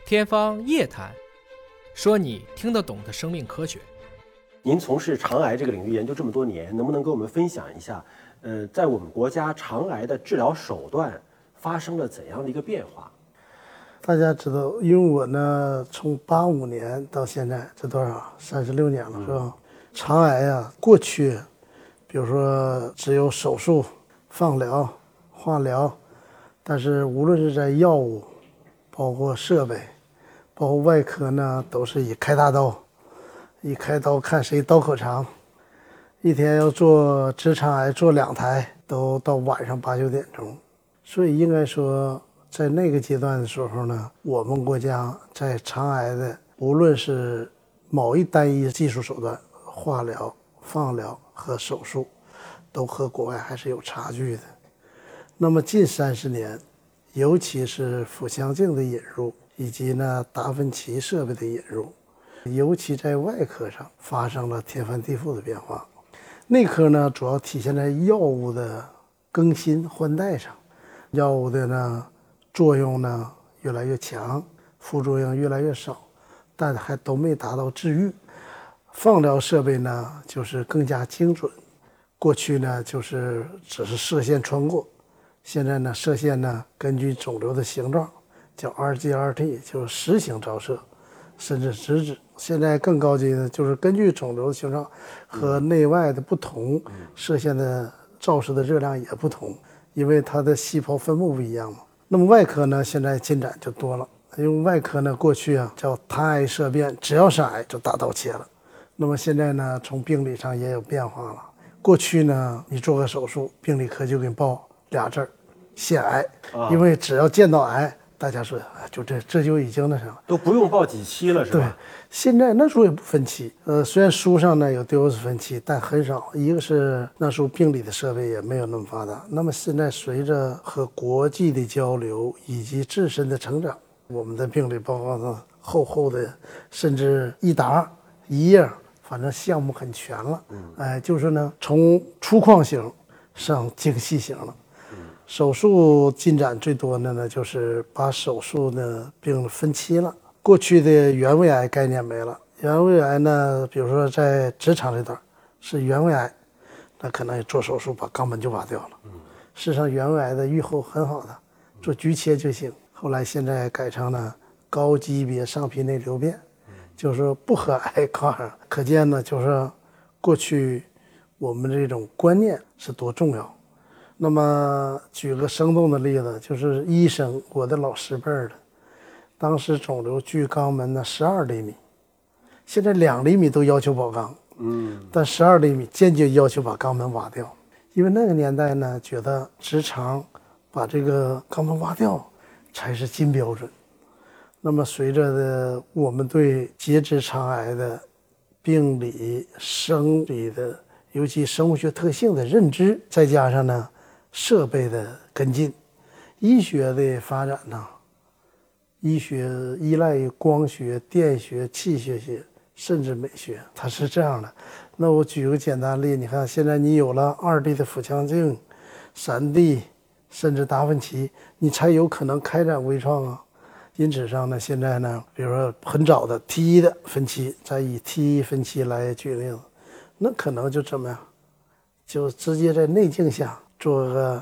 天方夜谭，说你听得懂的生命科学。 您从事肠癌这个领域研究这么多年，能不能跟我们分享一下，在我们国家肠癌的治疗手段发生了怎样的一个变化？ 大家知道，因为我呢，从85年到现在，这多少36年了，是吧？肠癌啊，过去，比如说只有手术、放疗、化疗，但是无论是在药物，包括设备，包括外科呢，都是以开大刀，一开刀看谁刀口长，一天要做直肠癌做2台，都到晚上8、9点钟，所以应该说，在那个阶段的时候呢，我们国家在肠癌的无论是某一单一技术手段，化疗、放疗和手术，都和国外还是有差距的。那么近30年，尤其是腹腔镜的引入，以及呢达芬奇设备的引入，尤其在外科上发生了天翻地覆的变化。内科呢，主要体现在药物的更新换代上，药物的呢作用呢越来越强，副作用越来越少，但还都没达到治愈。放疗设备呢就是更加精准，过去呢就是只是射线穿过，现在呢射线呢根据肿瘤的形状叫 RGRT， 就是实行照射，甚至直指。现在更高级的就是根据肿瘤的形状和内外的不同，射线的照射的热量也不同，因为它的细胞分布不一样嘛。那么外科呢现在进展就多了，因为外科呢过去啊叫贪癌色变，只要是癌就大刀切了。那么现在呢从病理上也有变化了，过去呢你做个手术，病理科就给你报俩字腺癌，因为只要见到癌，大家说就这就已经那啥了， 都不用报几期了，是吧？ 对，现在那时候也不分期，虽然书上呢有丢是分期，但很少。一个是那时候病理的设备也没有那么发达，那么现在随着和国际的交流以及自身的成长，我们的病理报告呢厚厚的，甚至一沓一页，反正项目很全了。就是呢从粗犷型上精细型了。手术进展最多的呢，就是把手术呢病分期了。过去的原位癌概念没了，原位癌呢，比如说在直肠这段是原位癌，那可能也做手术把肛门就挖掉了。事实上，原位癌的预后很好的，做局切就行。后来现在改成了高级别上皮内瘤变，就是说不和癌靠上。可见呢，就是过去我们这种观念是多重要。那么举个生动的例子，就是医生，我的老师辈的，当时肿瘤距肛门呢12厘米，现在2厘米都要求保肛，但12厘米坚决要求把肛门挖掉，因为那个年代呢，觉得直肠把这个肛门挖掉才是金标准。那么随着的我们对结直肠癌的病理、生理的，尤其生物学特性的认知，再加上呢设备的跟进，医学的发展呢，医学依赖于光学、电学、气血学，甚至美学，它是这样的。那我举个简单例，你看现在你有了2D 的腹腔镜、3D， 甚至达芬奇，你才有可能开展微创啊。因此上呢，现在呢，比如说很早的 T1 的分期，再以 T1 分期来举例子，那可能就怎么样，就直接在内镜下做个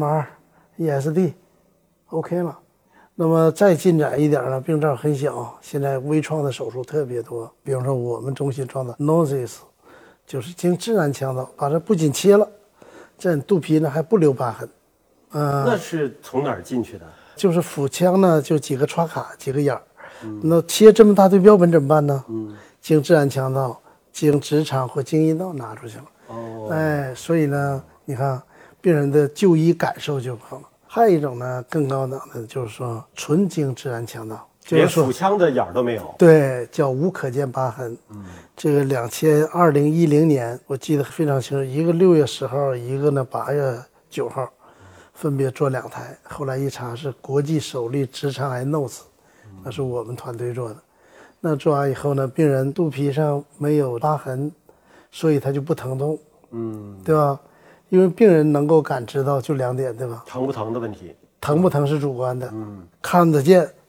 EMR、ESD，OK 了。那么再进展一点呢，病灶很小，现在微创的手术特别多。比如说我们中心创的 Nosis， 就是经自然腔道把这不仅切了，这肚皮呢还不留疤痕。 那是从哪儿进去的？ 就是腹腔呢就几个插卡几个眼儿，那切这么大对标本怎么办呢？经自然腔道、经直肠或经阴道拿出去了。所以呢，你看病人的就医感受就好了。还有一种呢更高档的，就是说纯经自然腔道， 连腹腔的眼儿都没有。 对，叫无可见疤痕。这个2010年我记得非常清楚，一个6月10号，一个呢8月9号，分别做2台。后来一查是国际首例直肠癌 NOS， 那是我们团队做的。那做完以后呢，病人肚皮上没有疤痕，所以他就不疼痛，对吧？因为病人能够感知到就2点，对吧？ 疼不疼的问题， 疼不疼是主观的，看得见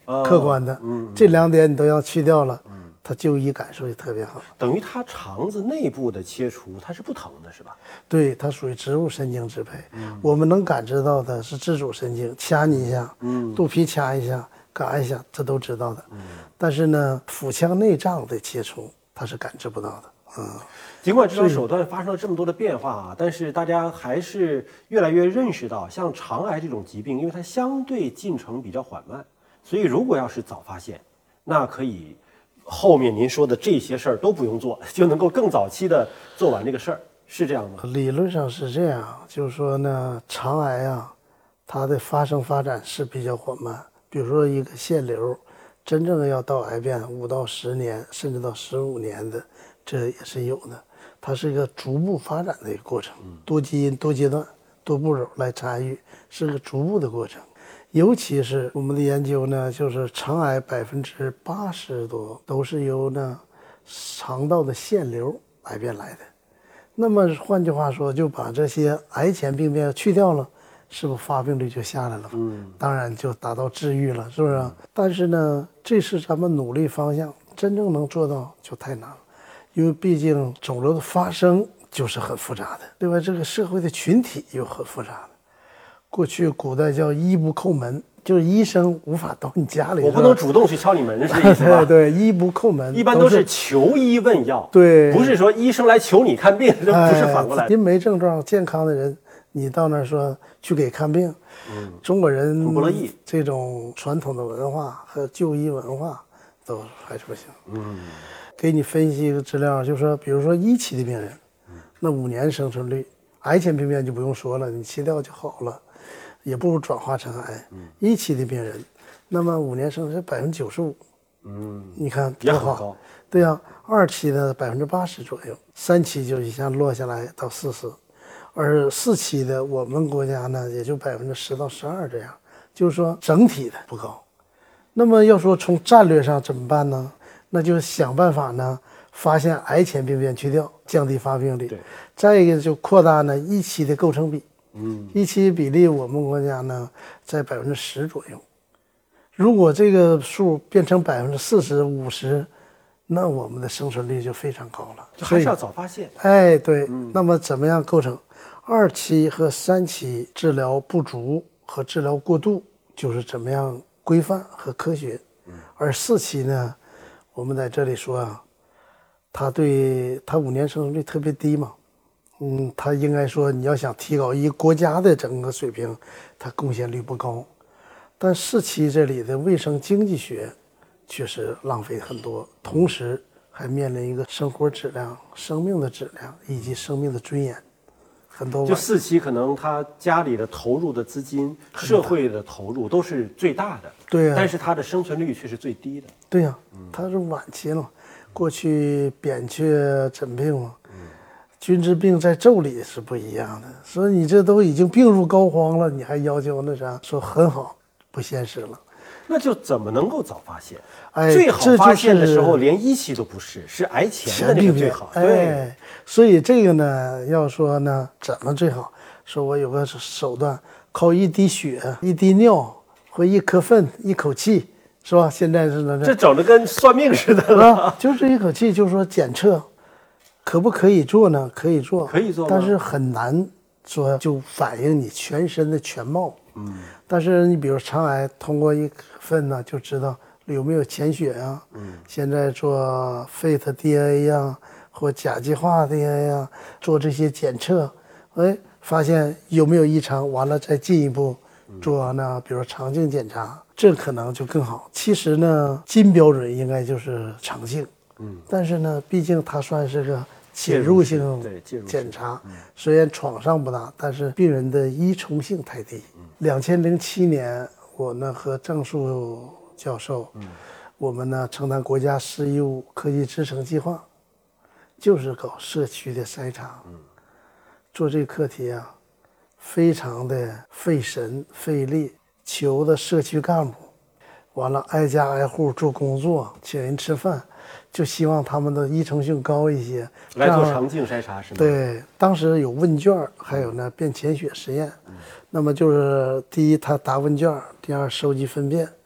客观的，这2点你都要去掉了，他就医感受也特别好。 等于他肠子内部的切除它是不疼的，是吧？ 对，它属于植物神经支配，我们能感知到的是自主神经，掐你一下，肚皮掐一下，嘎一下，这都知道的。但是呢，腹腔内脏的切除它是感知不到的。 尽管治疗手段发生了这么多的变化啊，但是大家还是越来越认识到，像肠癌这种疾病，因为它相对进程比较缓慢，所以如果要是早发现，那可以后面您说的这些事儿都不用做，就能够更早期的做完这个事儿，是这样吗？ 理论上是这样，就是说呢，肠癌啊，它的发展是比较缓慢。比如说一个腺瘤，真正要到癌变5到10年，甚至到15年的，这也是有的。它是一个逐步发展的一个过程，多基因、多阶段、多步骤来参与，是个逐步的过程。尤其是我们的研究呢，就是肠癌80%多都是由呢肠道的腺瘤癌变来的。那么换句话说，就把这些癌前病变去掉了，是不是发病率就下来了？当然就达到治愈了，是不是？但是呢，这是咱们努力方向，真正能做到就太难了。因为毕竟肿瘤的发生就是很复杂的，另外这个社会的群体又很复杂的。过去古代叫医不叩门，就是医生无法到你家里， 我不能主动去敲你门，是这意思吧？ 对，医不叩门， 一般都是求医问药， 对， 不是说医生来求你看病，这不是反过来的。 因没症状健康的人，你到那儿说去给看病，中国人不乐意， 这种传统的文化和就医文化都还是不行。给你分析一个资料，就是说，比如说1期的病人，那5年生存率，癌前病变就不用说了，你切掉就好了，也不如转化成癌。1期的病人，那么5年生存95%，你看多好。对呀，2期的80%左右，3期就一下落下来到40%，而4期的我们国家呢，也就10%到12%这样，就是说整体的不高。那么要说从战略上怎么办呢？那就是想办法呢，发现癌前病变去掉，降低发病率。再一个就扩大呢1期的构成比。1期比例我们国家呢在10%左右。如果这个数变成40%、50%，那我们的生存率就非常高了。 就还是要早发现。 对。那么怎么样构成？2期和3期治疗不足和治疗过度，就是怎么样规范和科学。而4期呢？我们在这里说啊，他5年生存率特别低嘛，他应该说你要想提高一个国家的整个水平，它贡献率不高。但4期这里的卫生经济学确实浪费很多，同时还面临一个生活质量、生命的质量以及生命的尊严。很多就4期可能他家里的投入的资金、社会的投入都是最大的， 对呀， 但是他的生存率却是最低的。 对呀，他是晚期了。过去扁鹊诊病嘛，君之病在胄里是不一样的。所以你这都已经病入膏肓了，你还要求那啥，说很好，不现实了。 那就怎么能够早发现？最好发现的时候连1期都不是，是癌前的那个最好。对， 所以这个呢，要说呢，怎么最好？说我有个手段，靠1滴血、1滴尿或1颗粪、1口气，是吧？现在是这整的跟算命似的了。 就是1口气，就是说检测，可不可以做呢？可以做， 可以做， 但是很难说就反映你全身的全貌。但是你比如肠癌，通过1份呢就知道有没有潜血啊。现在做 FAT DNA 呀，或甲基化 DNA 呀，做这些检测，发现有没有异常，完了再进一步做呢，比如肠镜检查，这可能就更好。其实呢，金标准应该就是肠镜。但是呢，毕竟它算是个侵入性检查，虽然创伤不大，但是病人的依从性太低。2007年，我呢和郑树教授，我们呢承担国家“十一五”科技支撑计划，就是搞社区的筛查。做这个课题啊，非常的费神费力，求的社区干部，完了挨家挨户做工作，请人吃饭。就希望他们的依从性高一些， 来做肠镜筛查是吗？ 对，当时有问卷，还有呢便潜血实验。那么就是第一，他答问卷；第二，收集粪便。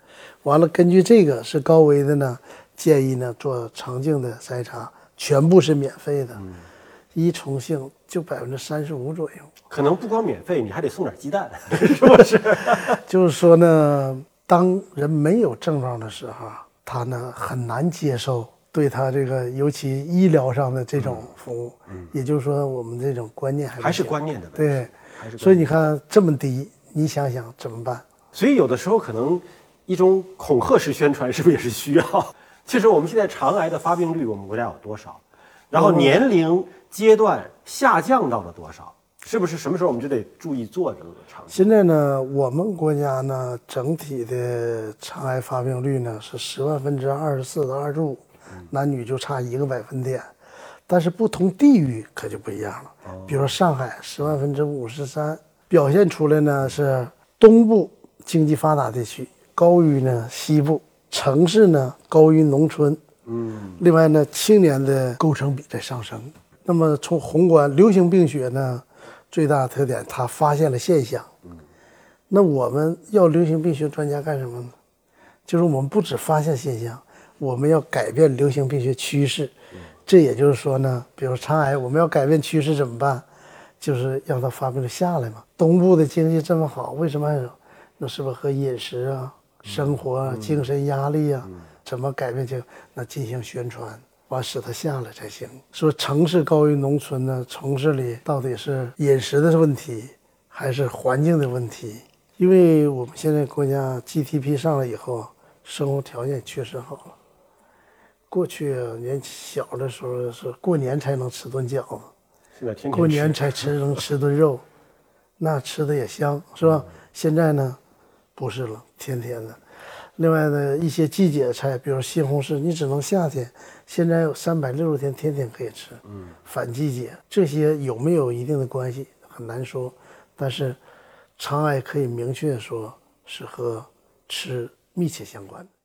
完了根据这个是高危的呢，建议呢做肠镜的筛查，全部是免费的，一重性就35%左右。 可能不光免费，你还得送点鸡蛋，是不是？ 就是说呢，当人没有症状的时候，他呢很难接受对他这个尤其医疗上的这种服务。也就是说，我们这种观念还是观念的问题。 对， 还是所以你看这么低，你想想怎么办？ 所以有的时候可能一种恐吓式宣传是不是也是需要？其实我们现在肠癌的发病率我们国家有多少？然后年龄阶段下降到了多少？是不是什么时候我们就得注意做这个肠镜？ 现在呢，我们国家呢整体的肠癌发病率呢是10万分之24到25，男女就差1个百分点。但是不同地域可就不一样了。比如说上海10万分之53，表现出来呢是东部经济发达地区高于呢西部，城市呢高于农村。另外呢，青年的构成比在上升。那么从宏观流行病学呢，最大的特点，它发现了现象。那我们要流行病学专家干什么呢？就是我们不只发现现象，我们要改变流行病学趋势。这也就是说呢，比如肠癌，我们要改变趋势怎么办？就是让它发病率下来嘛。东部的经济这么好，为什么还有？那是不是和饮食啊、生活啊、精神压力啊，怎么改变这个？那进行宣传，完使它下来才行。说城市高于农村呢，城市里到底是饮食的问题，还是环境的问题？因为我们现在国家 GDP 上来以后，生活条件确实好了。过去年小的时候是过年才能吃顿饺子， 现在天天过年才能吃顿肉，那吃的也香，是吧？现在呢，不是了，天天的。另外呢，一些季节菜，比如西红柿，你只能夏天，现在有360天，天天可以吃。反季节，这些有没有一定的关系很难说，但是肠癌可以明确说是和吃密切相关的。